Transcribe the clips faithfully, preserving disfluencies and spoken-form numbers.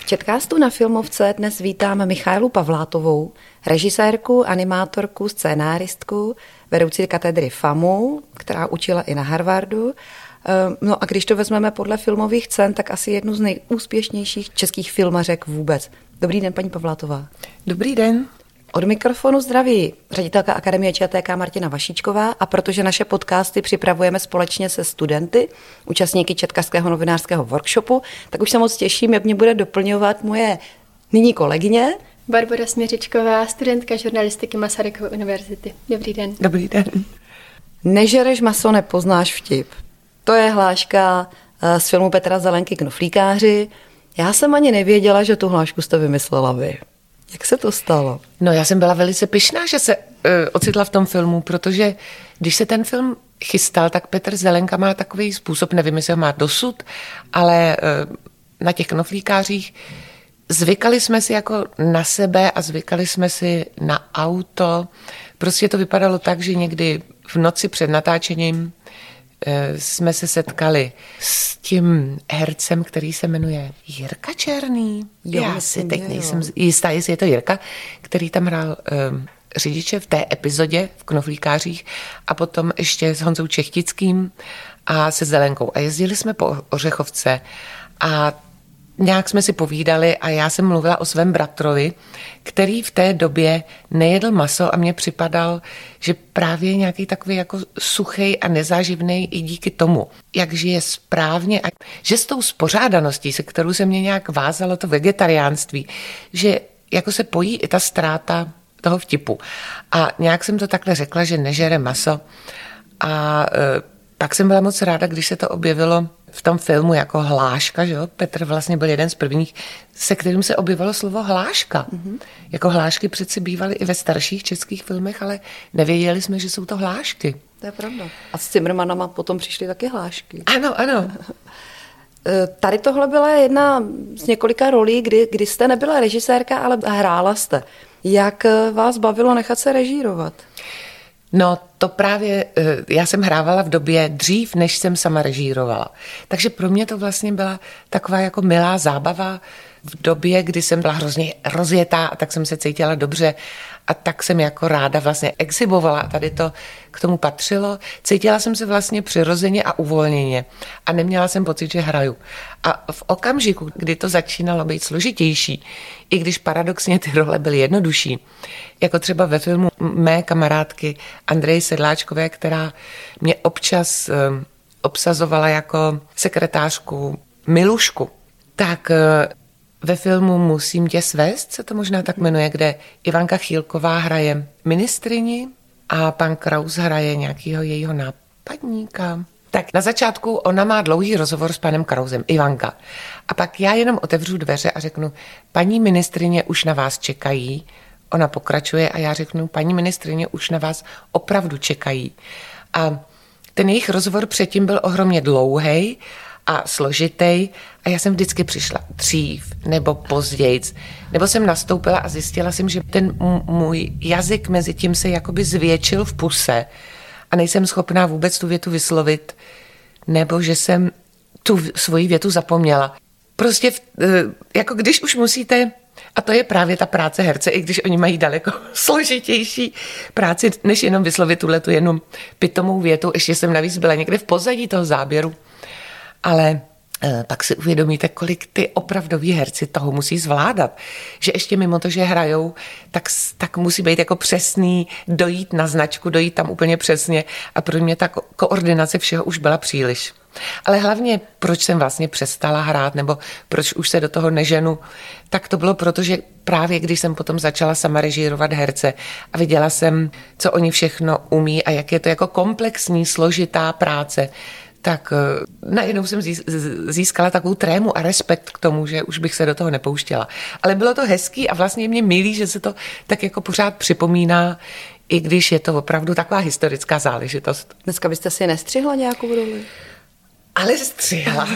Četcastu na Filmovce dnes vítáme Michaelu Pavlátovou, režisérku, animátorku, scénáristku, vedoucí katedry FAMU, která učila i na Harvardu. No a když to vezmeme podle filmových cen, tak asi jednu z nejúspěšnějších českých filmařek vůbec. Dobrý den, paní Pavlátová. Dobrý den. Od mikrofonu zdraví ředitelka Akademie ČTK Martina Vašíčková, a protože naše podcasty připravujeme společně se studenty, účastníky četkařského novinářského workshopu, tak už se moc těším, jak mě bude doplňovat moje nyní kolegyně. Barbora Směřičková, studentka žurnalistiky Masarykovy univerzity. Dobrý den. Dobrý den. Nežereš maso, nepoznáš vtip. To je hláška z filmu Petra Zelenky Knoflíkáři. Já jsem ani nevěděla, že tu hlášku jste vymyslela vy. Jak se to stalo? No, já jsem byla velice pyšná, že se uh, ocitla v tom filmu, protože když se ten film chystal, tak Petr Zelenka má takový způsob, nevím, jestli ho má dosud, ale uh, na těch knoflíkářích zvykali jsme si jako na sebe a zvykali jsme si na auto. Prostě to vypadalo tak, že někdy v noci před natáčením jsme se setkali s tím hercem, který se jmenuje Jirka Černý. Jo, Já si teď je, nejsem jistá, jestli je to Jirka, který tam hrál um, řidiče v té epizodě v Knoflíkářích a potom ještě s Honzou Čechtickým a se Zelenkou. A jezdili jsme po Ořechovce a nějak jsme si povídali a já jsem mluvila o svém bratrovi, který v té době nejedl maso a mně připadal, že právě nějaký takový jako suchej a nezáživnej i díky tomu, jak žije správně a že s tou spořádaností, se kterou se mě nějak vázalo to vegetariánství, že jako se pojí i ta ztráta toho vtipu. A nějak jsem to takhle řekla, že nežere maso a e, pak jsem byla moc ráda, když se to objevilo v tom filmu jako hláška, že jo? Petr vlastně byl jeden z prvních, se kterým se objevilo slovo hláška. Mm-hmm. Jako hlášky přeci bývaly i ve starších českých filmech, ale nevěděli jsme, že jsou to hlášky. To je pravda. A s Cimrmanama potom přišly taky hlášky. Ano, ano. Tady tohle byla jedna z několika rolí, kdy, kdy jste nebyla režisérka, ale hrála jste. Jak vás bavilo nechat se režírovat? No to právě, já jsem hrávala v době dřív, než jsem sama režírovala. Takže pro mě to vlastně byla taková jako milá zábava v době, kdy jsem byla hrozně rozjetá a tak jsem se cítila dobře a tak jsem jako ráda vlastně exhibovala a tady to k tomu patřilo. Cítila jsem se vlastně přirozeně a uvolněně a neměla jsem pocit, že hraju. A v okamžiku, kdy to začínalo být složitější, i když paradoxně ty role byly jednodušší, jako třeba ve filmu mé kamarádky Andreji Sedláčkové, která mě občas um, obsazovala jako sekretářku Milušku, tak uh, ve filmu Musím tě svést, se to možná tak jmenuje, kde Ivanka Chýlková hraje ministryni a pan Kraus hraje nějakého jejího nápadníka. Tak na začátku ona má dlouhý rozhovor s panem Krausem, Ivanka. A pak já jenom otevřu dveře a řeknu, paní ministryně už na vás čekají. Ona pokračuje a já řeknu, paní ministryně už na vás opravdu čekají. A ten jejich rozhovor předtím byl ohromně dlouhý a složitý a já jsem vždycky přišla dřív nebo pozdějc, nebo jsem nastoupila a zjistila jsem, že ten můj jazyk mezi tím se jakoby zvětšil v puse a nejsem schopná vůbec tu větu vyslovit, nebo že jsem tu svoji větu zapomněla. Prostě jako když už musíte, a to je právě ta práce herce, i když oni mají daleko složitější práci, než jenom vyslovit tuhletu jenom pitomou větu, ještě jsem navíc byla někde v pozadí toho záběru. Ale e, pak si uvědomíte, kolik ty opravdoví herci toho musí zvládat. Že ještě mimo to, že hrajou, tak, tak musí být jako přesný, dojít na značku, dojít tam úplně přesně. A pro mě ta ko- koordinace všeho už byla příliš. Ale hlavně, proč jsem vlastně přestala hrát, nebo proč už se do toho neženu, tak to bylo proto, že právě když jsem potom začala sama režírovat herce a viděla jsem, co oni všechno umí a jak je to jako komplexní, složitá práce, tak najednou jsem získala takovou trému a respekt k tomu, že už bych se do toho nepouštěla. Ale bylo to hezký a vlastně mě milí, že se to tak jako pořád připomíná, i když je to opravdu taková historická záležitost. Dneska byste si nestřihla nějakou roli? Ale střihla.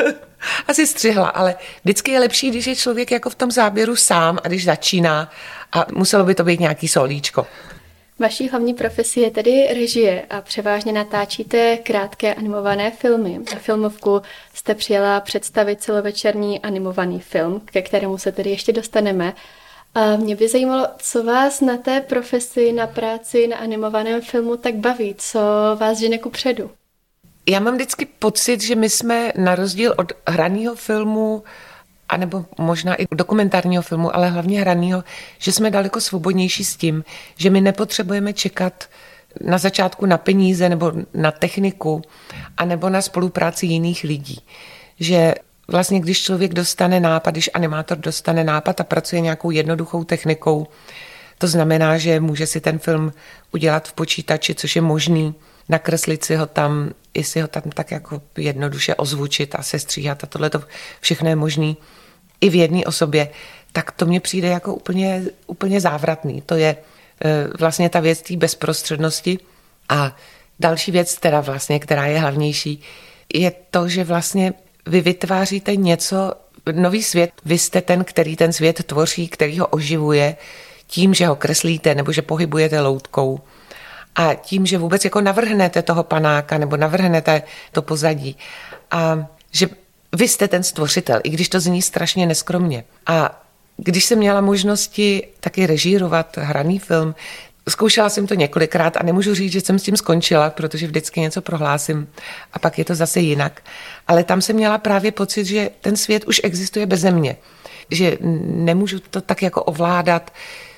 Asi střihla, ale vždycky je lepší, když je člověk jako v tom záběru sám a když začíná a muselo by to být nějaký solíčko. Vaší hlavní profesí je tedy režie a převážně natáčíte krátké animované filmy. Na filmovku jste přijela představit celovečerní animovaný film, ke kterému se tedy ještě dostaneme. A mě by zajímalo, co vás na té profesi, na práci, na animovaném filmu tak baví, co vás žene kupředu? Já mám vždycky pocit, že my jsme na rozdíl od hraného filmu, anebo možná i dokumentárního filmu, ale hlavně hraného, že jsme daleko svobodnější s tím, že my nepotřebujeme čekat na začátku na peníze nebo na techniku, anebo na spolupráci jiných lidí. Že vlastně, když člověk dostane nápad, když animátor dostane nápad a pracuje nějakou jednoduchou technikou, to znamená, že může si ten film udělat v počítači, což je možný, nakreslit si ho tam, i si ho tam tak jako jednoduše ozvučit a sestříhat a tohle to všechno je možný i v jedné osobě, tak to mně přijde jako úplně, úplně závratný. To je e, vlastně ta věc té bezprostřednosti. A další věc, teda vlastně, která je hlavnější, je to, že vlastně vy vytváříte něco, nový svět, vy jste ten, který ten svět tvoří, který ho oživuje tím, že ho kreslíte nebo že pohybujete loutkou a tím, že vůbec jako navrhnete toho panáka nebo navrhnete to pozadí a že vy jste ten stvořitel, i když to zní strašně neskromně. A když jsem měla možnosti taky režírovat hraný film, zkoušela jsem to několikrát a nemůžu říct, že jsem s tím skončila, protože vždycky něco prohlásím a pak je to zase jinak. Ale tam jsem měla právě pocit, že ten svět už existuje beze mě. Že nemůžu to tak jako ovládat,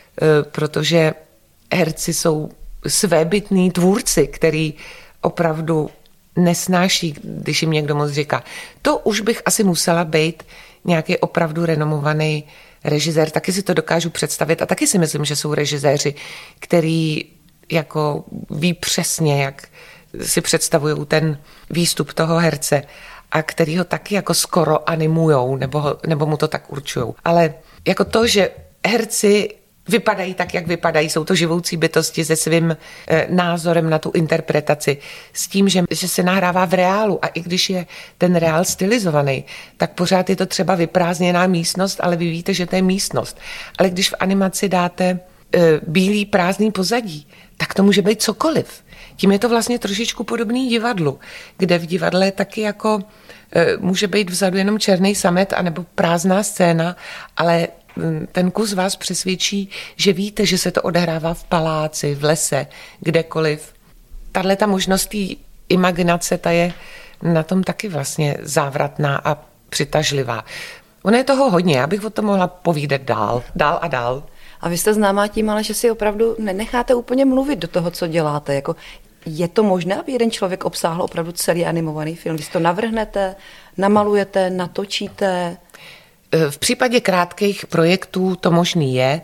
protože herci jsou svébytní tvůrci, který opravdu nesnáší, když jim někdo moc říká. To už bych asi musela být nějaký opravdu renomovaný režisér, taky si to dokážu představit a taky si myslím, že jsou režiséři, který jako ví přesně, jak si představují ten výstup toho herce a který ho taky jako skoro animujou nebo, ho, nebo mu to tak určujou. Ale jako to, že herci vypadají tak, jak vypadají, jsou to živoucí bytosti se svým e, názorem na tu interpretaci, s tím, že, že se nahrává v reálu a i když je ten reál stylizovaný, tak pořád je to třeba vyprázdněná místnost, ale vy víte, že to je místnost. Ale když v animaci dáte e, bílý prázdný pozadí, tak to může být cokoliv. Tím je to vlastně trošičku podobný divadlu, kde v divadle taky jako e, může být vzadu jenom černý samet anebo prázdná scéna, ale ten kus vás přesvědčí, že víte, že se to odehrává v paláci, v lese, kdekoliv. Tahle ta možnost té imaginace, ta je na tom taky vlastně závratná a přitažlivá. Ono je toho hodně, já bych o tom mohla povídat dál, dál a dál. A vy jste známá tím, ale že si opravdu nenecháte úplně mluvit do toho, co děláte. Jako, je to možné, aby jeden člověk obsáhl opravdu celý animovaný film? Vy si to navrhnete, namalujete, natočíte? V případě krátkých projektů to možný je,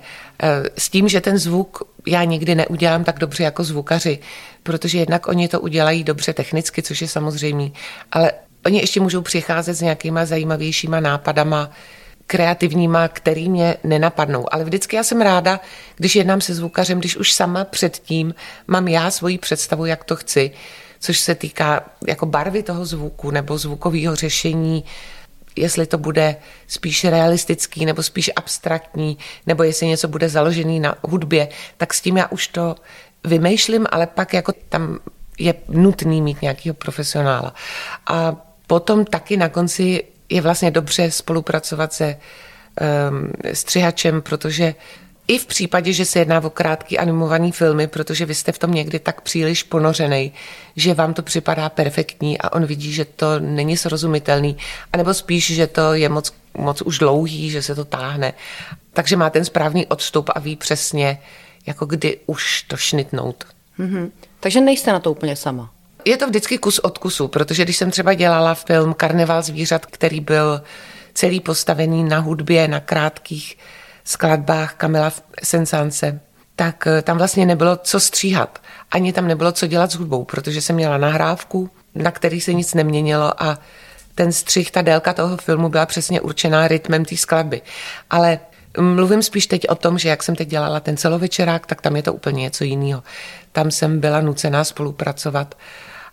s tím, že ten zvuk já nikdy neudělám tak dobře jako zvukaři, protože jednak oni to udělají dobře technicky, což je samozřejmé, ale oni ještě můžou přicházet s nějakýma zajímavějšíma nápadama, kreativníma, který mě nenapadnou. Ale vždycky já jsem ráda, když jednám se zvukařem, když už sama předtím mám já svoji představu, jak to chci, což se týká jako barvy toho zvuku nebo zvukového řešení, jestli to bude spíš realistický nebo spíš abstraktní, nebo jestli něco bude založený na hudbě, tak s tím já už to vymýšlím, ale pak jako tam je nutný mít nějakého profesionála. A potom taky na konci je vlastně dobře spolupracovat se um, střihačem, protože i v případě, že se jedná o krátký animovaný filmy, protože vy jste v tom někdy tak příliš ponořenej, že vám to připadá perfektní a on vidí, že to není srozumitelný, anebo spíš, že to je moc, moc už dlouhý, že se to táhne. Takže má ten správný odstup a ví přesně, jako kdy už to šnitnout. Mm-hmm. Takže nejste na to úplně sama. Je to vždycky kus od kusu, protože když jsem třeba dělala film Karneval zvířat, který byl celý postavený na hudbě, na krátkých skladbách Kamila Sensance, tak tam vlastně nebylo co stříhat. Ani tam nebylo co dělat s hudbou, protože jsem měla nahrávku, na který se nic neměnilo a ten střih, ta délka toho filmu byla přesně určená rytmem té skladby. Ale mluvím spíš teď o tom, že jak jsem teď dělala ten celovečerák, tak tam je to úplně něco jiného. Tam jsem byla nucená spolupracovat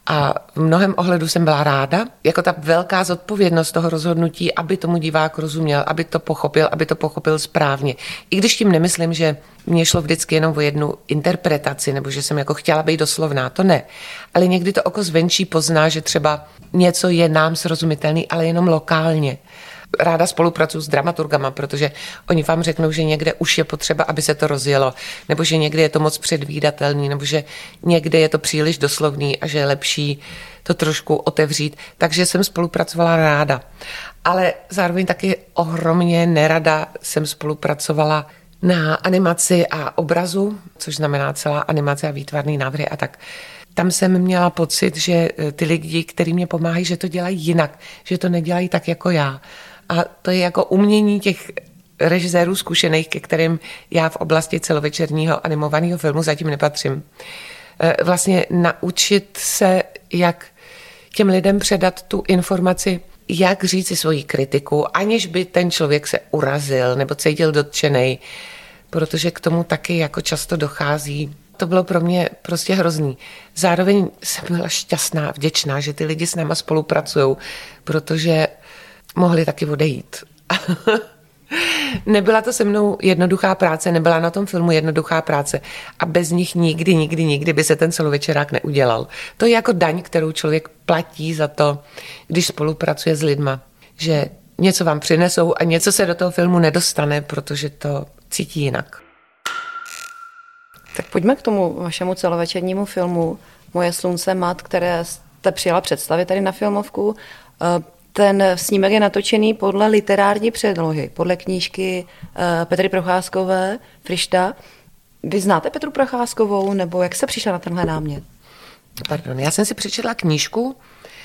A v mnohem ohledu jsem byla ráda, jako ta velká zodpovědnost toho rozhodnutí, aby tomu divák rozuměl, aby to pochopil, aby to pochopil správně. I když tím nemyslím, že mě šlo vždycky jenom o jednu interpretaci, nebo že jsem jako chtěla být doslovná, to ne. Ale někdy to oko zvenčí pozná, že třeba něco je nám srozumitelný, ale jenom lokálně. Ráda spolupracuji s dramaturgama, protože oni vám řeknou, že někde už je potřeba, aby se to rozjelo, nebo že někde je to moc předvídatelný, nebo že někde je to příliš doslovný a že je lepší to trošku otevřít. Takže jsem spolupracovala ráda. Ale zároveň taky ohromně nerada jsem spolupracovala na animaci a obrazu, což znamená celá animace a výtvarný návrhy a tak. Tam jsem měla pocit, že ty lidi, kteří mě pomáhají, že to dělají jinak, že to nedělají tak jako já. A to je jako umění těch režisérů zkušených, ke kterým já v oblasti celovečerního animovaného filmu zatím nepatřím. Vlastně naučit se, jak těm lidem předat tu informaci, jak říct si svoji kritiku, aniž by ten člověk se urazil nebo cítil dotčenej, protože k tomu taky jako často dochází. To bylo pro mě prostě hrozný. Zároveň jsem byla šťastná, vděčná, že ty lidi s náma spolupracují, protože mohli taky odejít. Nebyla to se mnou jednoduchá práce, nebyla na tom filmu jednoduchá práce a bez nich nikdy, nikdy, nikdy by se ten celovečerák neudělal. To je jako daň, kterou člověk platí za to, když spolupracuje s lidma, že něco vám přinesou a něco se do toho filmu nedostane, protože to cítí jinak. Tak pojďme k tomu vašemu celovečernímu filmu Moje slunce mat, které jste přijela představit tady na filmovku. Ten snímek je natočený podle literární předlohy, podle knížky Petry Procházkové Frišta. Vy znáte Petru Procházkovou, nebo jak se přišla na tenhle námět? Pardon, já jsem si přečetla knížku,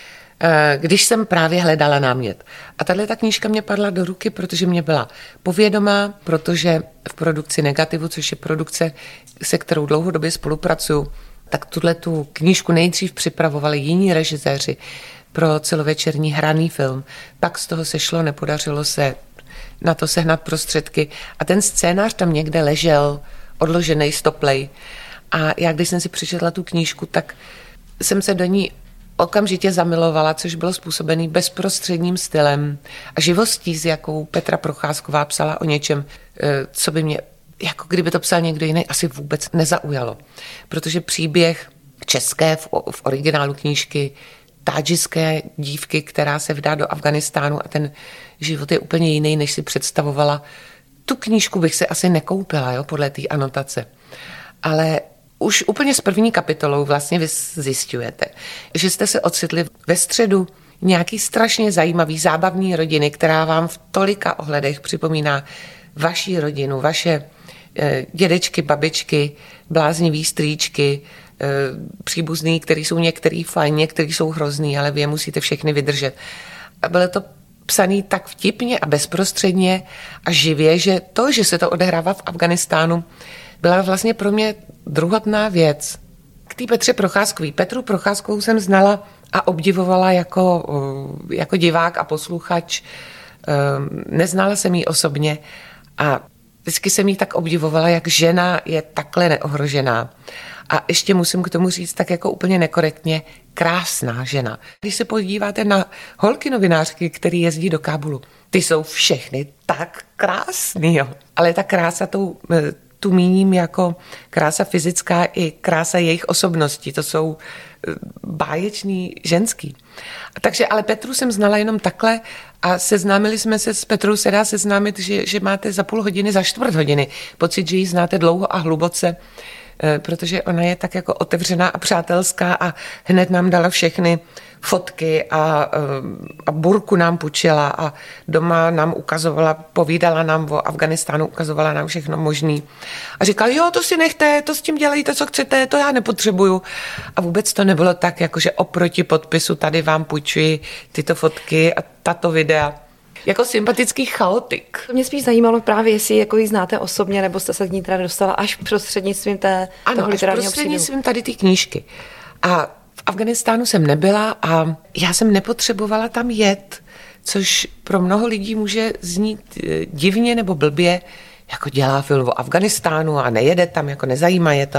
když jsem právě hledala námět. A tahle ta knížka mě padla do ruky, protože mě byla povědomá, protože v produkci Negativu, což je produkce, se kterou dlouhodobě spolupracuju, tak tuhle tu knížku nejdřív připravovali jiní režiséři pro celovečerní hraný film. Pak z toho sešlo, nepodařilo se na to sehnat prostředky a ten scénář tam někde ležel, odložený stoplej. A já, když jsem si přečetla tu knížku, tak jsem se do ní okamžitě zamilovala, což bylo způsobený bezprostředním stylem a živostí, s jakou Petra Procházková psala o něčem, co by mě, jako kdyby to psal někdo jiný, asi vůbec nezaujalo. Protože příběh české v, v originálu knížky tádžiské dívky, která se vdá do Afghánistánu a ten život je úplně jiný, než si představovala. Tu knížku bych si asi nekoupila, jo, podle té anotace. Ale už úplně s první kapitolou vlastně vy zjišťujete, že jste se ocitli ve středu nějaký strašně zajímavý, zábavný rodiny, která vám v tolika ohledech připomíná vaší rodinu, vaše eh, dědečky, babičky, bláznivý strýčky, eh, příbuzný, který jsou některý fajn, některý jsou hrozný, ale vy je musíte všechny vydržet. A bylo to psaný tak vtipně a bezprostředně a živě, že to, že se to odehrává v Afghánistánu, byla vlastně pro mě druhotná věc. K té Petře Procházkové. Petru Procházkovou jsem znala a obdivovala jako, jako divák a posluchač. Neznala jsem ji osobně a vždycky jsem ji tak obdivovala, jak žena je takhle neohrožená. A ještě musím k tomu říct tak jako úplně nekorektně, krásná žena. Když se podíváte na holky novinářky, které jezdí do Kábulu, ty jsou všechny tak krásný, jo. Ale ta krása tou tu míním jako krása fyzická i krása jejich osobnosti. To jsou báječný ženský. Takže ale Petru jsem znala jenom takhle a seznámili jsme se s Petrou, se dá seznámit, že, že máte za půl hodiny, za čtvrt hodiny pocit, že ji znáte dlouho a hluboce, protože ona je tak jako otevřená a přátelská a hned nám dala všechny fotky a, a burku nám půjčila a doma nám ukazovala, povídala nám o Afghánistánu, ukazovala nám všechno možný. A říkala, jo, to si nechte, to s tím dělejte, co chcete, to já nepotřebuju. A vůbec to nebylo tak, jakože oproti podpisu tady vám půjčuji tyto fotky a tato videa. Jako sympatický chaotik. Mě spíš zajímalo právě, jestli jako ji znáte osobně, nebo jste se k ní teda dostala až prostřednictvím té, ano, toho literárního až prostřednictvím tady ty knížky. A v Afghánistánu jsem nebyla a já jsem nepotřebovala tam jet, což pro mnoho lidí může znít divně nebo blbě, jako dělá film o Afghánistánu a nejede tam, jako nezajímá je to.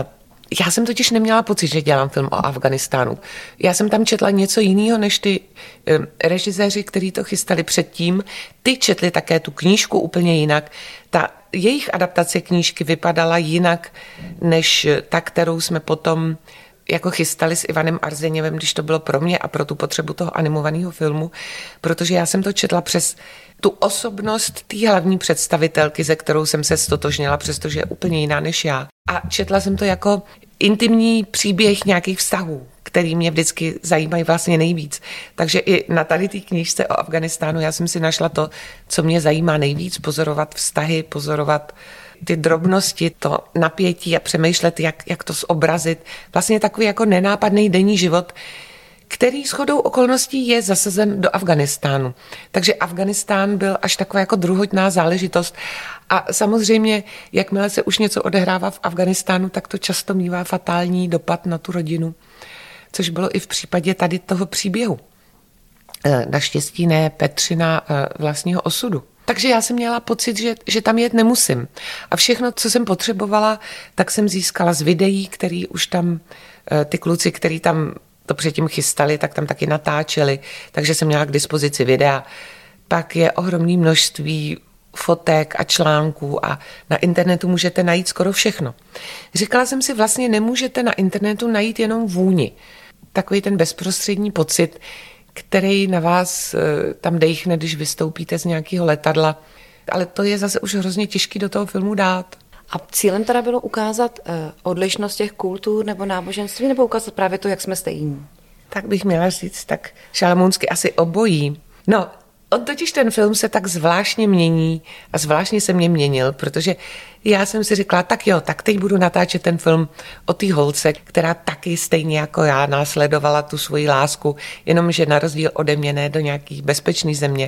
Já jsem totiž neměla pocit, že dělám film o Afghánistánu. Já jsem tam četla něco jiného, než ty e, režiséři, kteří to chystali předtím. Ty četli také tu knížku úplně jinak. Ta jejich adaptace knížky vypadala jinak, než ta, kterou jsme potom jako chystali s Ivanem Arzeněvem, když to bylo pro mě a pro tu potřebu toho animovaného filmu, protože já jsem to četla přes tu osobnost té hlavní představitelky, ze kterou jsem se stotožnila, přestože je úplně jiná než já. A četla jsem to jako intimní příběh nějakých vztahů, který mě vždycky zajímají vlastně nejvíc. Takže i na tady té knížce o Afghánistánu já jsem si našla to, co mě zajímá nejvíc, pozorovat vztahy, pozorovat ty drobnosti, to napětí a přemýšlet, jak, jak to zobrazit. Vlastně takový jako nenápadný denní život, který shodou okolností je zasazen do Afghánistánu. Takže Afghánistán byl až taková jako druhotná záležitost. A samozřejmě, jakmile se už něco odehrává v Afghánistánu, tak to často mívá fatální dopad na tu rodinu. Což bylo i v případě tady toho příběhu. Naštěstí ne Petřina vlastního osudu. Takže já jsem měla pocit, že, že tam jet nemusím. A všechno, co jsem potřebovala, tak jsem získala z videí, který už tam ty kluci, který tam to předtím chystali, tak tam taky natáčeli, takže jsem měla k dispozici videa. Pak je ohromné množství fotek a článků a na internetu můžete najít skoro všechno. Říkala jsem si, vlastně nemůžete na internetu najít jenom vůni. Takový ten bezprostřední pocit, který na vás tam dejchne, když vystoupíte z nějakého letadla. Ale to je zase už hrozně těžký do toho filmu dát. A cílem teda bylo ukázat odlišnost těch kultur nebo náboženství, nebo ukázat právě to, jak jsme stejní? Tak bych měla říct, tak šalamounsky asi obojí. No, on totiž ten film se tak zvláštně mění a zvláštně se mě měnil, protože já jsem si říkala, tak jo, tak teď budu natáčet ten film o té holce, která taky stejně jako já následovala tu svoji lásku, jenomže na rozdíl ode mě ne do nějakých bezpečných země,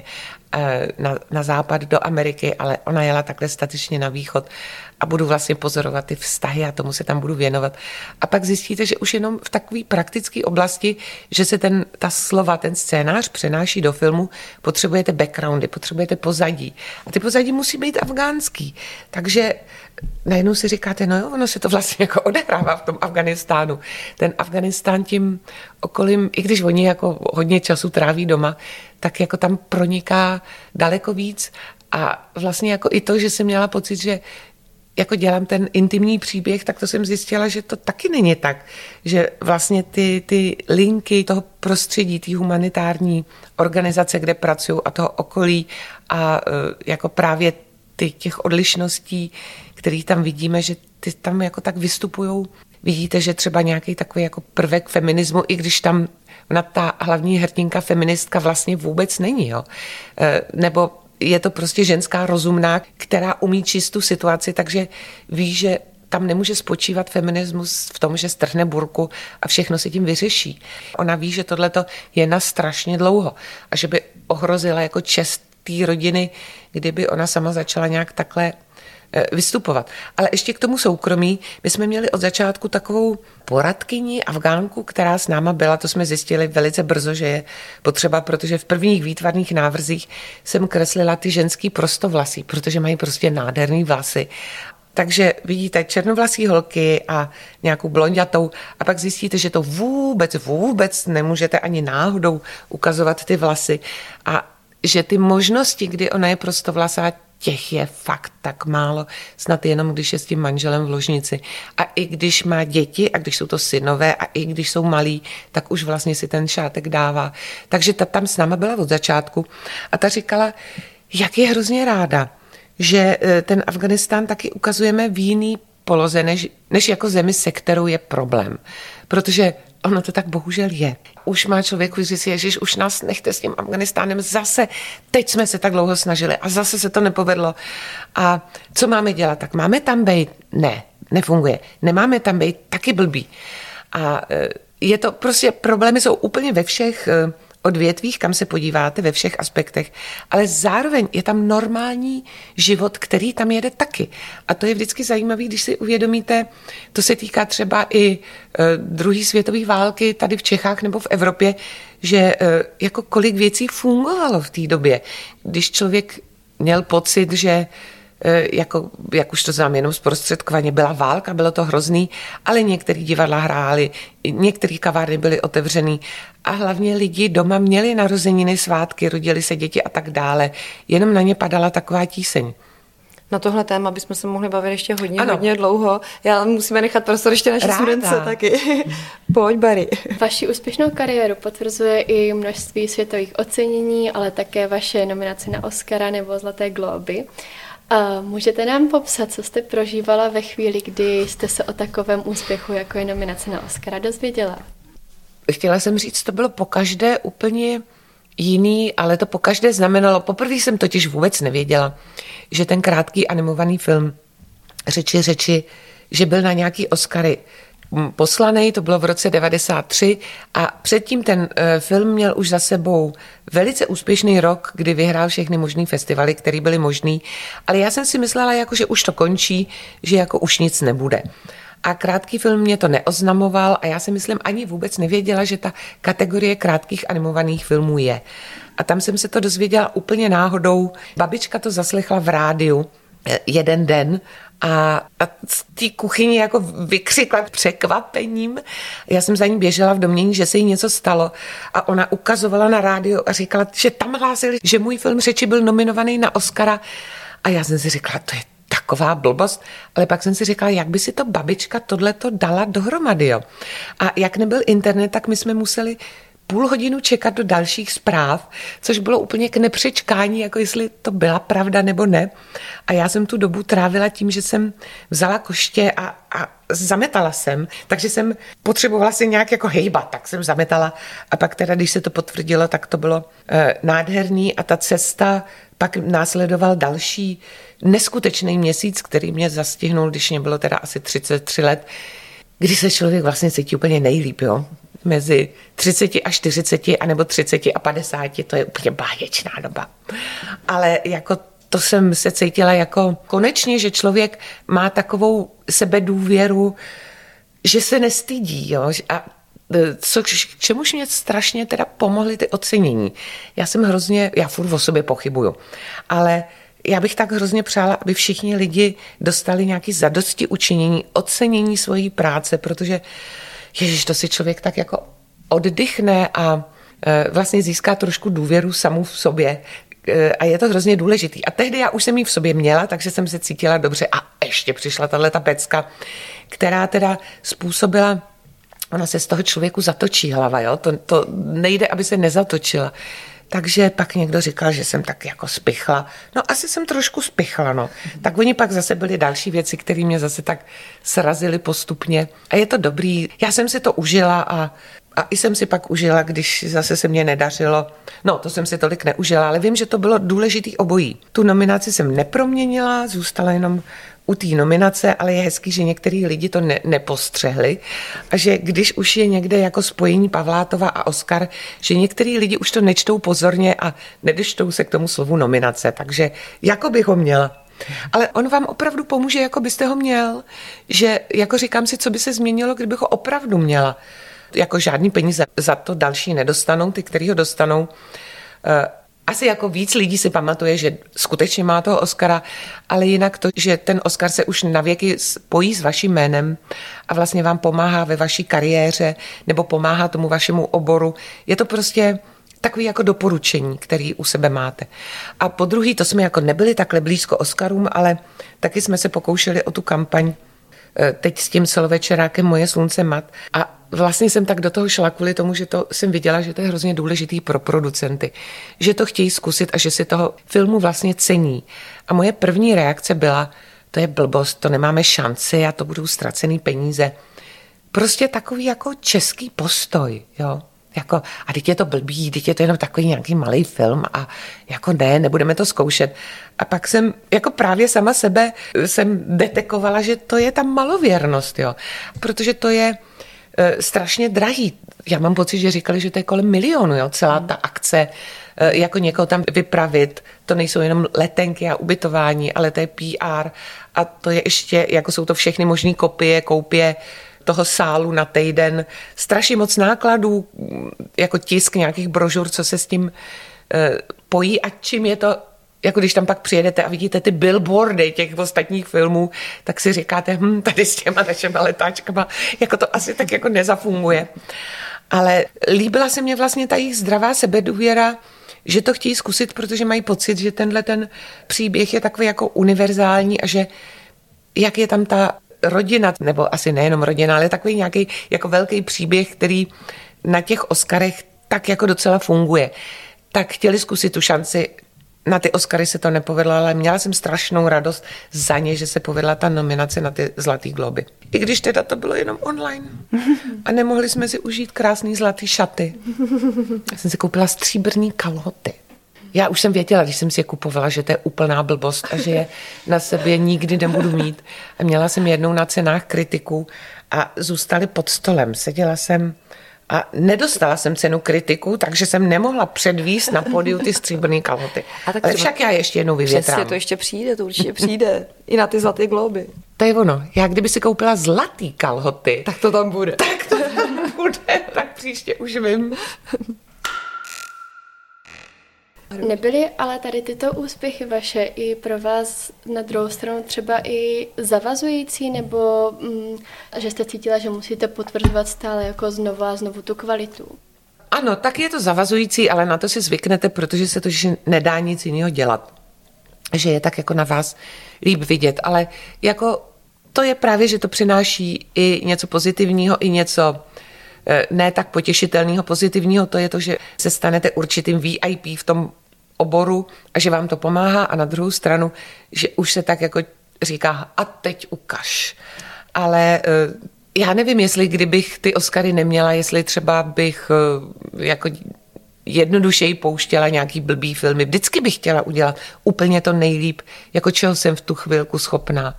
na, na západ do Ameriky, ale ona jela takhle statečně na východ a budu vlastně pozorovat ty vztahy a tomu se tam budu věnovat. A pak zjistíte, že už jenom v takové praktické oblasti, že se ten, ta slova, ten scénář přenáší do filmu, potřebujete backgroundy, potřebujete pozadí. A ty pozadí musí být afgánský. Takže najednou si říkáte, no jo, ono se to vlastně jako odehrává v tom Afghánistánu. Ten Afghánistán tím okolím, i když oni jako hodně času tráví doma, tak jako tam proniká daleko víc. A vlastně jako i to, že jsem měla pocit, že jako dělám ten intimní příběh, tak to jsem zjistila, že to taky není tak, že vlastně ty, ty linky toho prostředí, té humanitární organizace, kde pracují a toho okolí a jako právě ty, těch odlišností, které tam vidíme, že ty tam jako tak vystupujou. Vidíte, že třeba nějaký takový jako prvek feminismu, i když tam ona ta hlavní hrdinka feministka vlastně vůbec není, jo. Nebo je to prostě ženská rozumná, která umí číst tu situaci, takže ví, že tam nemůže spočívat feminismus v tom, že strhne burku a všechno se tím vyřeší. Ona ví, že tohleto je na strašně dlouho a že by ohrozila jako čest té rodiny, kdyby ona sama začala nějak takhle vystupovat. Ale ještě k tomu soukromí, my jsme měli od začátku takovou poradkyni Afgánku, která s náma byla, to jsme zjistili velice brzo, že je potřeba, protože v prvních výtvarných návrzích jsem kreslila ty ženský prostovlasy, protože mají prostě nádherný vlasy. Takže vidíte černovlasý holky a nějakou blonďatou a pak zjistíte, že to vůbec, vůbec nemůžete ani náhodou ukazovat ty vlasy a že ty možnosti, kdy ona je prostovlasá, těch je fakt tak málo, snad jenom když je s tím manželem v ložnici. A i když má děti, a když jsou to synové, a i když jsou malí, tak už vlastně si ten šátek dává. Takže ta tam s náma byla od začátku a ta říkala, jak je hrozně ráda, že ten Afghánistán taky ukazujeme v jiný poloze, než, než jako zemi, se kterou je problém. Protože ono to tak bohužel je. Už má člověk, když si ježiš, už nás nechte s tím Afghánistánem zase. Teď jsme se tak dlouho snažili a zase se to nepovedlo. A co máme dělat? Tak máme tam být? Ne, nefunguje. Nemáme tam být? Taky blbý. A je to prostě, problémy jsou úplně ve všech odvětvích, kam se podíváte, ve všech aspektech, ale zároveň je tam normální život, který tam jede taky. A to je vždycky zajímavé, když si uvědomíte, to se týká třeba i e, druhé světové války tady v Čechách nebo v Evropě, že e, jako kolik věcí fungovalo v té době. Když člověk měl pocit, že jako, jak už to znám, jenom zprostředkovaně. Byla válka, bylo to hrozný, ale některý divadla hráli, některé kavárny byly otevřený a hlavně lidi doma měli narozeniny, svátky, rodili se děti a tak dále. Jenom na ně padala taková tíseň. Na tohle téma bychom se mohli bavit ještě hodně, ano. hodně dlouho. Já musíme nechat prostor ještě naše Ráda. studence taky. Pojď, Bari. Vaši úspěšnou kariéru potvrzuje i množství světových ocenění, ale také vaše nominace na Oscara nebo Zlaté glóby. A můžete nám popsat, co jste prožívala ve chvíli, kdy jste se o takovém úspěchu, jako je nominace na Oscara, dozvěděla? Chtěla jsem říct, to bylo pokaždé úplně jiný, ale to pokaždé znamenalo, poprvé jsem totiž vůbec nevěděla, že ten krátký animovaný film Řeči, řeči, že byl na nějaký Oscary poslaný, to bylo v roce devadesát tři a předtím ten film měl už za sebou velice úspěšný rok, kdy vyhrál všechny možný festivaly, které byly možný, ale já jsem si myslela, jako, že už to končí, že jako už nic nebude. A krátký film mě to neoznamoval a já si myslím ani vůbec nevěděla, že ta kategorie krátkých animovaných filmů je. A tam jsem se to dozvěděla úplně náhodou. Babička to zaslechla v rádiu jeden den a, a z té kuchyni jako vykřikla překvapením. Já jsem za ní běžela v domnění, že se jí něco stalo a ona ukazovala na rádiu a říkala, že tam hlásili, že můj film Řeči byl nominovaný na Oscara a já jsem si říkala, to je taková blbost, ale pak jsem si říkala, jak by si to babička tohleto dala dohromady, jo. A jak nebyl internet, tak my jsme museli půl hodinu čekat do dalších zpráv, což bylo úplně k nepřečkání, jako jestli to byla pravda nebo ne. A já jsem tu dobu trávila tím, že jsem vzala koště a, a zametala jsem, takže jsem potřebovala si nějak jako hejbat, tak jsem zametala a pak teda, když se to potvrdilo, tak to bylo e, nádherný a ta cesta pak následoval další neskutečný měsíc, který mě zastihnul, když mě bylo teda asi třicet tři let, kdy se člověk vlastně cítí úplně nejlíp, jo. Mezi třiceti a čtyřiceti, anebo třiceti a padesáti, to je úplně báječná doba. Ale jako to jsem se cítila jako konečně, že člověk má takovou sebedůvěru, že se nestydí, jo. A co, k čemuž mě strašně teda pomohly ty ocenění. Já jsem hrozně, já furt o sobě pochybuju, ale já bych tak hrozně přála, aby všichni lidi dostali nějaký zadosti učinění, ocenění svojí práce, protože ježiš, to si člověk tak jako oddychne a e, vlastně získá trošku důvěru samu v sobě e, a je to hrozně důležitý. A tehdy já už jsem ji v sobě měla, takže jsem se cítila dobře a ještě přišla tahleta pecka, která teda způsobila, ona se z toho člověku zatočí hlava, jo? To, to nejde, aby se nezatočila. Takže pak někdo říkal, že jsem tak jako spichla. No asi jsem trošku spichla, no. Tak oni pak zase byly další věci, které mě zase tak srazily postupně. A je to dobrý. Já jsem si to užila a, a i jsem si pak užila, když zase se mě nedařilo. No, to jsem si tolik neužila, ale vím, že to bylo důležitý obojí. Tu nominaci jsem neproměnila, zůstala jenom u té nominace, ale je hezký, že některý lidi to ne, nepostřehli a že když už je někde jako spojení Pavlátova a Oscar, že některý lidi už to nečtou pozorně a nedečtou se k tomu slovu nominace, takže jako bych ho měla. Ale on vám opravdu pomůže, jako byste ho měl, že jako říkám si, co by se změnilo, kdybych ho opravdu měla. Jako žádný peníze za to další nedostanou, ty, který ho dostanou. Asi jako víc lidí si pamatuje, že skutečně má toho Oscara, ale jinak to, že ten Oscar se už navěky spojí s vaším jménem a vlastně vám pomáhá ve vaší kariéře nebo pomáhá tomu vašemu oboru. Je to prostě takový jako doporučení, který u sebe máte. A po druhý, to jsme jako nebyli takhle blízko Oscarům, ale taky jsme se pokoušeli o tu kampaň teď s tím celovečerákem Moje slunce mat a vlastně jsem tak do toho šla kvůli tomu, že to jsem viděla, že to je hrozně důležitý pro producenty, že to chtějí zkusit a že si toho filmu vlastně cení. A moje první reakce byla, to je blbost, to nemáme šanci a to budou ztracený peníze. Prostě takový jako český postoj, jo. Jako, a teď je to blbý, teď je to jenom takový nějaký malý film a jako ne, nebudeme to zkoušet. A pak jsem jako právě sama sebe jsem detekovala, že to je ta malověrnost, jo. Protože to je e, strašně drahý. Já mám pocit, že říkali, že to je kolem milionu, jo, celá ta akce, e, jako někoho tam vypravit. To nejsou jenom letenky a ubytování, ale to je P R a to je ještě, jako jsou to všechny možné kopie, koupě toho sálu na týden, strašně moc nákladů, jako tisk nějakých brožur, co se s tím e, pojí a čím je to jako když tam pak přijedete a vidíte ty billboardy těch ostatních filmů, tak si říkáte, hm, tady s těma našima letáčkama, jako to asi tak jako nezafunguje. Ale líbila se mně vlastně ta jejich zdravá sebedůvěra, že to chtějí zkusit, protože mají pocit, že tenhle ten příběh je takový jako univerzální a že jak je tam ta rodina, nebo asi nejenom rodina, ale takový nějaký jako velký příběh, který na těch Oscarech tak jako docela funguje. Tak chtěli zkusit tu šanci. Na ty Oscary se to nepovedlo, ale měla jsem strašnou radost za ně, že se povedla ta nominace na ty Zlatý globy. I když teda to bylo jenom online. A nemohli jsme si užít krásný zlatý šaty. Já jsem si koupila stříbrný kalhoty. Já už jsem věděla, když jsem si je kupovala, že to je úplná blbost a že je na sobě nikdy nebudu mít. A měla jsem jednou na cenách kritiku a zůstaly pod stolem. Seděla jsem a nedostala jsem cenu kritiku, takže jsem nemohla předvíst na pódiu ty stříbrné kalhoty. Ale třeba... však já ještě jednou vyvětrám. Přesně, to ještě přijde, to určitě přijde. I na ty Zlaté globy. To je ono. Já kdyby si koupila zlatý kalhoty, tak to tam bude. Tak to tam bude, tak příště už vím. Nebyly ale tady tyto úspěchy vaše i pro vás na druhou stranu třeba i zavazující, nebo mm, že jste cítila, že musíte potvrzovat stále jako znovu a znovu tu kvalitu? Ano, tak je to zavazující, ale na to si zvyknete, protože se to že nedá nic jiného dělat. Že je tak jako na vás líp vidět, ale jako to je právě, že to přináší i něco pozitivního, i něco ne tak potěšitelného pozitivního, to je to, že se stanete určitým V I P v tom oboru a že vám to pomáhá, a na druhou stranu, že už se tak jako říká a teď ukaž. Ale já nevím, jestli kdybych ty Oscary neměla, jestli třeba bych jako jednodušeji pouštěla nějaký blbý filmy. Vždycky bych chtěla udělat úplně to nejlíp, jako čeho jsem v tu chvilku schopná.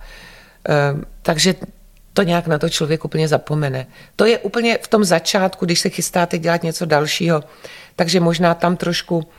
Takže to nějak na to člověk úplně zapomene. To je úplně v tom začátku, když se chystáte dělat něco dalšího, takže možná tam trošku uh,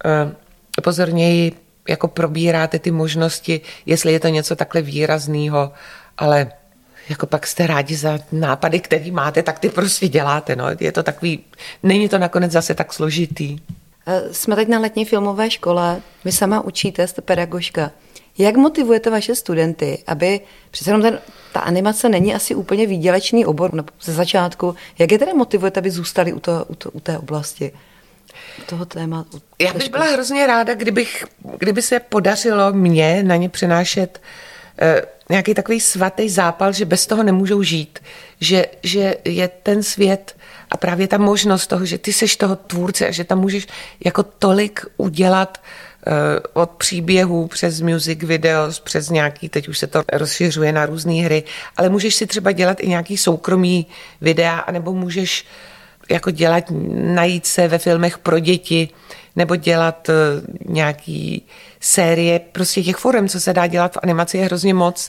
pozorněji jako probíráte ty možnosti, jestli je to něco takhle výrazného, ale jako pak jste rádi za nápady, který máte, tak ty prostě děláte. No. Je to takový, není to nakonec zase tak složitý. Jsme teď na letní filmové škole, vy sama učíte, jste pedagožka. Jak motivujete vaše studenty, aby přece jenom ten, ta animace není asi úplně výdělečný obor nebo ze začátku, jak je teda motivujete, aby zůstali u, to, u, to, u té oblasti, u toho tématu? Já bych byla hrozně ráda, kdybych, kdyby se podařilo mně na ně přenášet eh, nějaký takový svatý zápal, že bez toho nemůžou žít, že, že je ten svět a právě ta možnost toho, že ty seš toho tvůrce a že tam můžeš jako tolik udělat od příběhů přes music videos, přes nějaký, teď už se to rozšiřuje na různé hry, ale můžeš si třeba dělat i nějaký soukromý videa, anebo můžeš jako dělat, najít se ve filmech pro děti, nebo dělat nějaký série, prostě těch forem, co se dá dělat v animaci, je hrozně moc,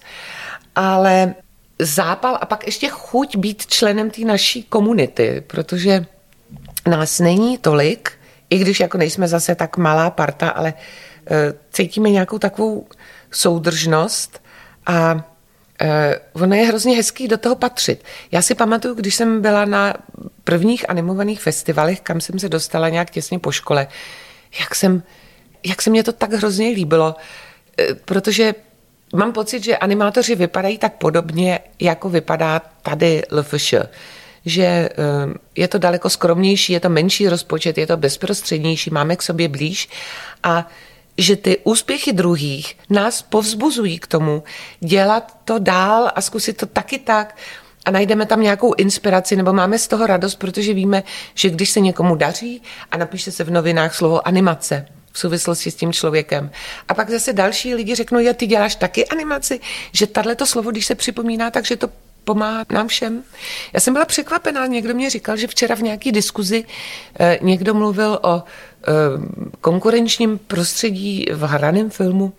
ale zápal a pak ještě chuť být členem té naší komunity, protože nás není tolik, i když jako nejsme zase tak malá parta, ale uh, cítíme nějakou takovou soudržnost a uh, ono je hrozně hezký do toho patřit. Já si pamatuju, když jsem byla na prvních animovaných festivalech, kam jsem se dostala nějak těsně po škole, jak jsem, jak se mě to tak hrozně líbilo, uh, protože mám pocit, že animátoři vypadají tak podobně, jako vypadá tady L F Š. Že je to daleko skromnější, je to menší rozpočet, je to bezprostřednější, máme k sobě blíž a že ty úspěchy druhých nás povzbuzují k tomu dělat to dál a zkusit to taky tak a najdeme tam nějakou inspiraci nebo máme z toho radost, protože víme, že když se někomu daří a napíše se v novinách slovo animace v souvislosti s tím člověkem. A pak zase další lidi řeknou, ja, ty děláš taky animaci, že tato slovo, když se připomíná, takže to pomáhá nám všem. Já jsem byla překvapená, někdo mě říkal, že včera v nějaké diskuzi eh, někdo mluvil o eh, konkurenčním prostředí v hraném filmu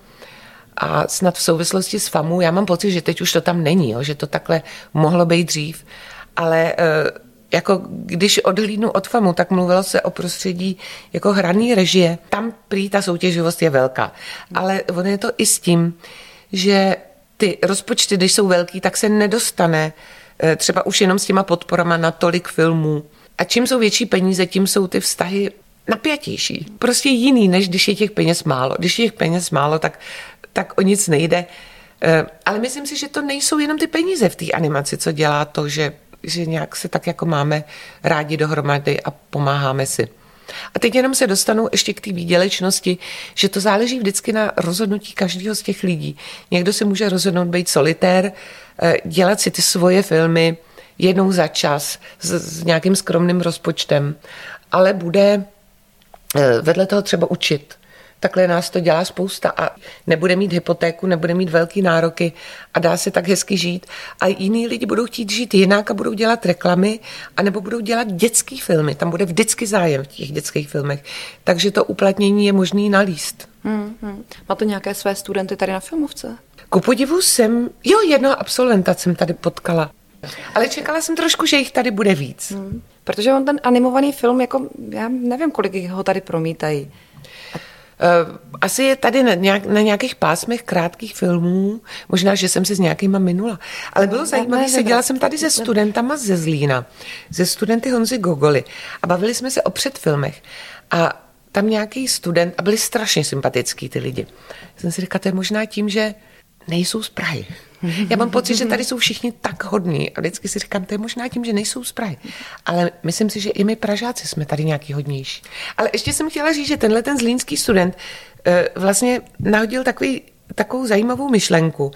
a snad v souvislosti s FAMou. Já mám pocit, že teď už to tam není, jo, že to takhle mohlo být dřív, ale eh, jako když odhlídnu od FAMu, tak mluvilo se o prostředí jako hraný režie. Tam prý ta soutěživost je velká, ale ono je to i s tím, že ty rozpočty, když jsou velký, tak se nedostane třeba už jenom s těma podporama na tolik filmů. A čím jsou větší peníze, tím jsou ty vztahy napjatější. Prostě jiný, než když je těch peněz málo. Když je těch peněz málo, tak, tak o nic nejde. Ale myslím si, že to nejsou jenom ty peníze v té animaci, co dělá to, že, že nějak se tak jako máme rádi dohromady a pomáháme si. A teď jenom se dostanu ještě k té výdělečnosti, že to záleží vždycky na rozhodnutí každého z těch lidí. Někdo se může rozhodnout být solitér, dělat si ty svoje filmy jednou za čas s, s nějakým skromným rozpočtem, ale bude vedle toho třeba učit. Takhle nás to dělá spousta a nebude mít hypotéku, nebude mít velký nároky a dá se tak hezky žít. A jiní lidi budou chtít žít jinak a budou dělat reklamy anebo budou dělat dětský filmy. Tam bude vždycky zájem v těch dětských filmech. Takže to uplatnění je možný nalíst. Hmm, hmm. Má to nějaké své studenty tady na filmovce? Ku podivu jsem, jo, jednoho absolventa jsem tady potkala. Ale čekala jsem trošku, že jich tady bude víc. Hmm. Protože on ten animovaný film, jako já nevím, kolik ho tady promítají. Uh, asi je tady na, nějak, na nějakých pásmech krátkých filmů, možná, že jsem se s nějakýma minula, ale bylo zajímavé, seděla jsem tady se studentama ze Zlína, ze studenty Honzy Gogoly a bavili jsme se o předfilmech a tam nějaký student, a byli strašně sympatický ty lidi. Jsem si říkala, to je možná tím, že nejsou z Prahy. Já mám pocit, že tady jsou všichni tak hodní a vždycky si říkám, to je možná tím, že nejsou z Prahy. Ale myslím si, že i my Pražáci jsme tady nějaký hodnější. Ale ještě jsem chtěla říct, že tenhle ten zlínský student vlastně nahodil takový, takovou zajímavou myšlenku,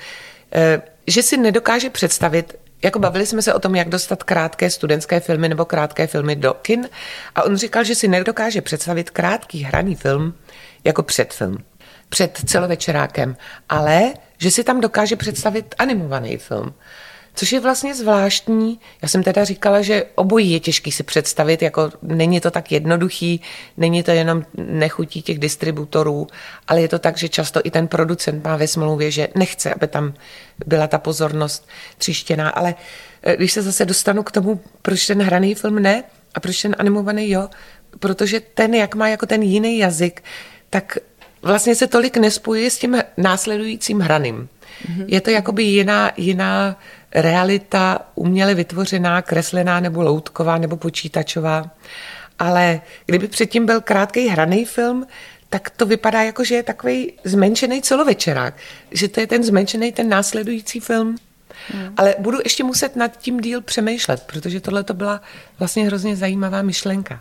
že si nedokáže představit, jako bavili jsme se o tom, jak dostat krátké studentské filmy nebo krátké filmy do kin a on říkal, že si nedokáže představit krátký hraný film jako předfilm. Před celovečerákem, ale že si tam dokáže představit animovaný film. Což je vlastně zvláštní. Já jsem teda říkala, že obojí je těžký si představit, jako není to tak jednoduchý, není to jenom nechutí těch distributorů, ale je to tak, že často i ten producent má ve smlouvě, že nechce, aby tam byla ta pozornost tříštěná. Ale když se zase dostanu k tomu, proč ten hraný film ne a proč ten animovaný jo, protože ten, jak má jako ten jiný jazyk, tak vlastně se tolik nespojuje s tím následujícím hraným. Mm-hmm. Je to jakoby jiná, jiná realita, uměle vytvořená, kreslená nebo loutková nebo počítačová. Ale kdyby předtím byl krátký hraný film, tak to vypadá jako, že je takový zmenšený celovečerák. Že to je ten zmenšený, ten následující film. Mm. Ale budu ještě muset nad tím díl přemýšlet, protože tohle to byla vlastně hrozně zajímavá myšlenka.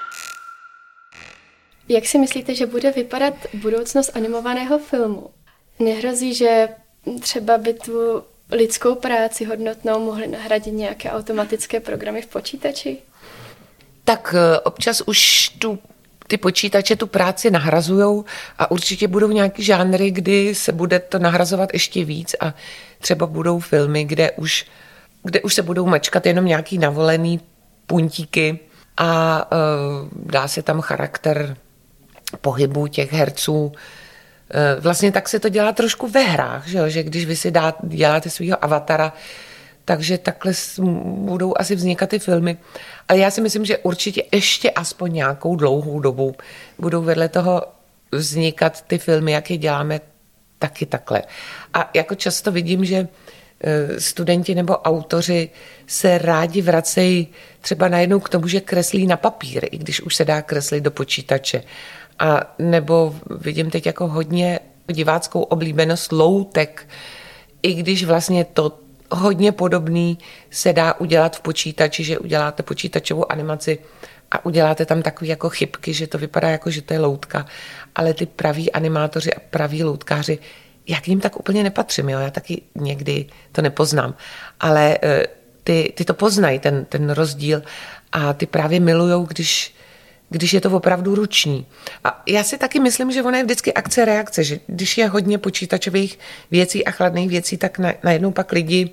Jak si myslíte, že bude vypadat budoucnost animovaného filmu? Nehrozí, že třeba by tu lidskou práci hodnotnou mohly nahradit nějaké automatické programy v počítači? Tak občas už tu, ty počítače tu práci nahrazujou a určitě budou nějaký žánry, kdy se bude to nahrazovat ještě víc a třeba budou filmy, kde už, kde už se budou mačkat jenom nějaký navolený puntíky a uh, dá se tam charakter pohybu těch herců. Vlastně tak se to dělá trošku ve hrách, že, jo? Že když vy si dá, děláte svýho avatara, takže takhle budou asi vznikat ty filmy. Ale já si myslím, že určitě ještě aspoň nějakou dlouhou dobu budou vedle toho vznikat ty filmy, jak je děláme taky takhle. A jako často vidím, že studenti nebo autoři se rádi vracejí třeba najednou k tomu, že kreslí na papír, i když už se dá kreslit do počítače. A nebo vidím teď jako hodně diváckou oblíbenost loutek, i když vlastně to hodně podobný se dá udělat v počítači, že uděláte počítačovou animaci a uděláte tam takové jako chybky, že to vypadá jako, že to je loutka, ale ty praví animátoři a praví loutkáři, já k ním tak úplně nepatřím, jo? Já taky někdy to nepoznám, ale ty, ty to poznají, ten, ten rozdíl a ty právě milujou, když když je to opravdu ruční. A já si taky myslím, že ona je vždycky akce reakce, že když je hodně počítačových věcí a chladných věcí, tak na, najednou pak lidi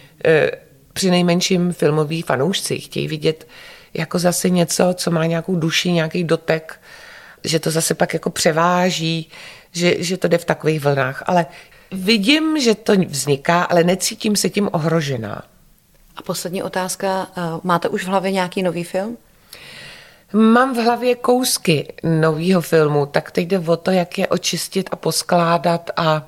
e, při nejmenším filmoví fanoušci chtějí vidět jako zase něco, co má nějakou duši, nějaký dotek, že to zase pak jako převáží, že, že to jde v takových vlnách. Ale vidím, že to vzniká, ale necítím se tím ohrožená. A poslední otázka. Máte už v hlavě nějaký nový film? Mám v hlavě kousky nového filmu, tak teď jde o to, jak je očistit a poskládat a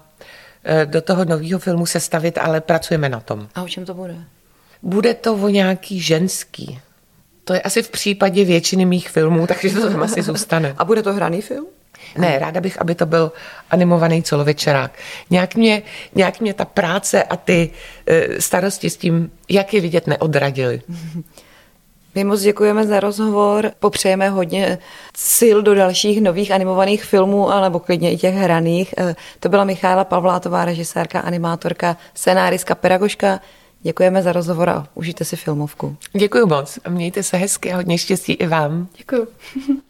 do toho nového filmu sestavit, ale pracujeme na tom. A o čem to bude? Bude to o nějaký ženský. To je asi v případě většiny mých filmů, takže to tam asi zůstane. A bude to hraný film? Ne, ráda bych, aby to byl animovaný celovečerák. Nějak mě, nějak mě ta práce a ty e, starosti s tím, jak je vidět, neodradily. My moc děkujeme za rozhovor, popřejeme hodně sil do dalších nových animovaných filmů, alebo klidně i těch hraných. To byla Michaela Pavlátová, režisérka, animátorka, scenáristka, pedagožka. Děkujeme za rozhovor a užijte si filmovku. Děkuji moc a mějte se hezky a hodně štěstí i vám. Děkuji.